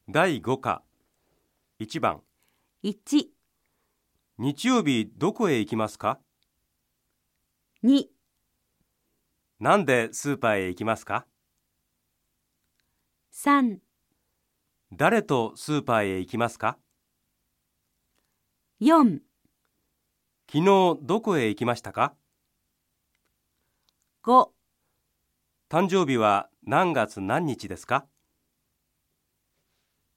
第5課1番 1、 日曜日どこへ行きますか？ 2、 なんでスーパーへ行きますか？ 3、 誰とスーパーへ行きますか？ 4、 昨日どこへ行きましたか？ 5 誕生日は何月何日ですか？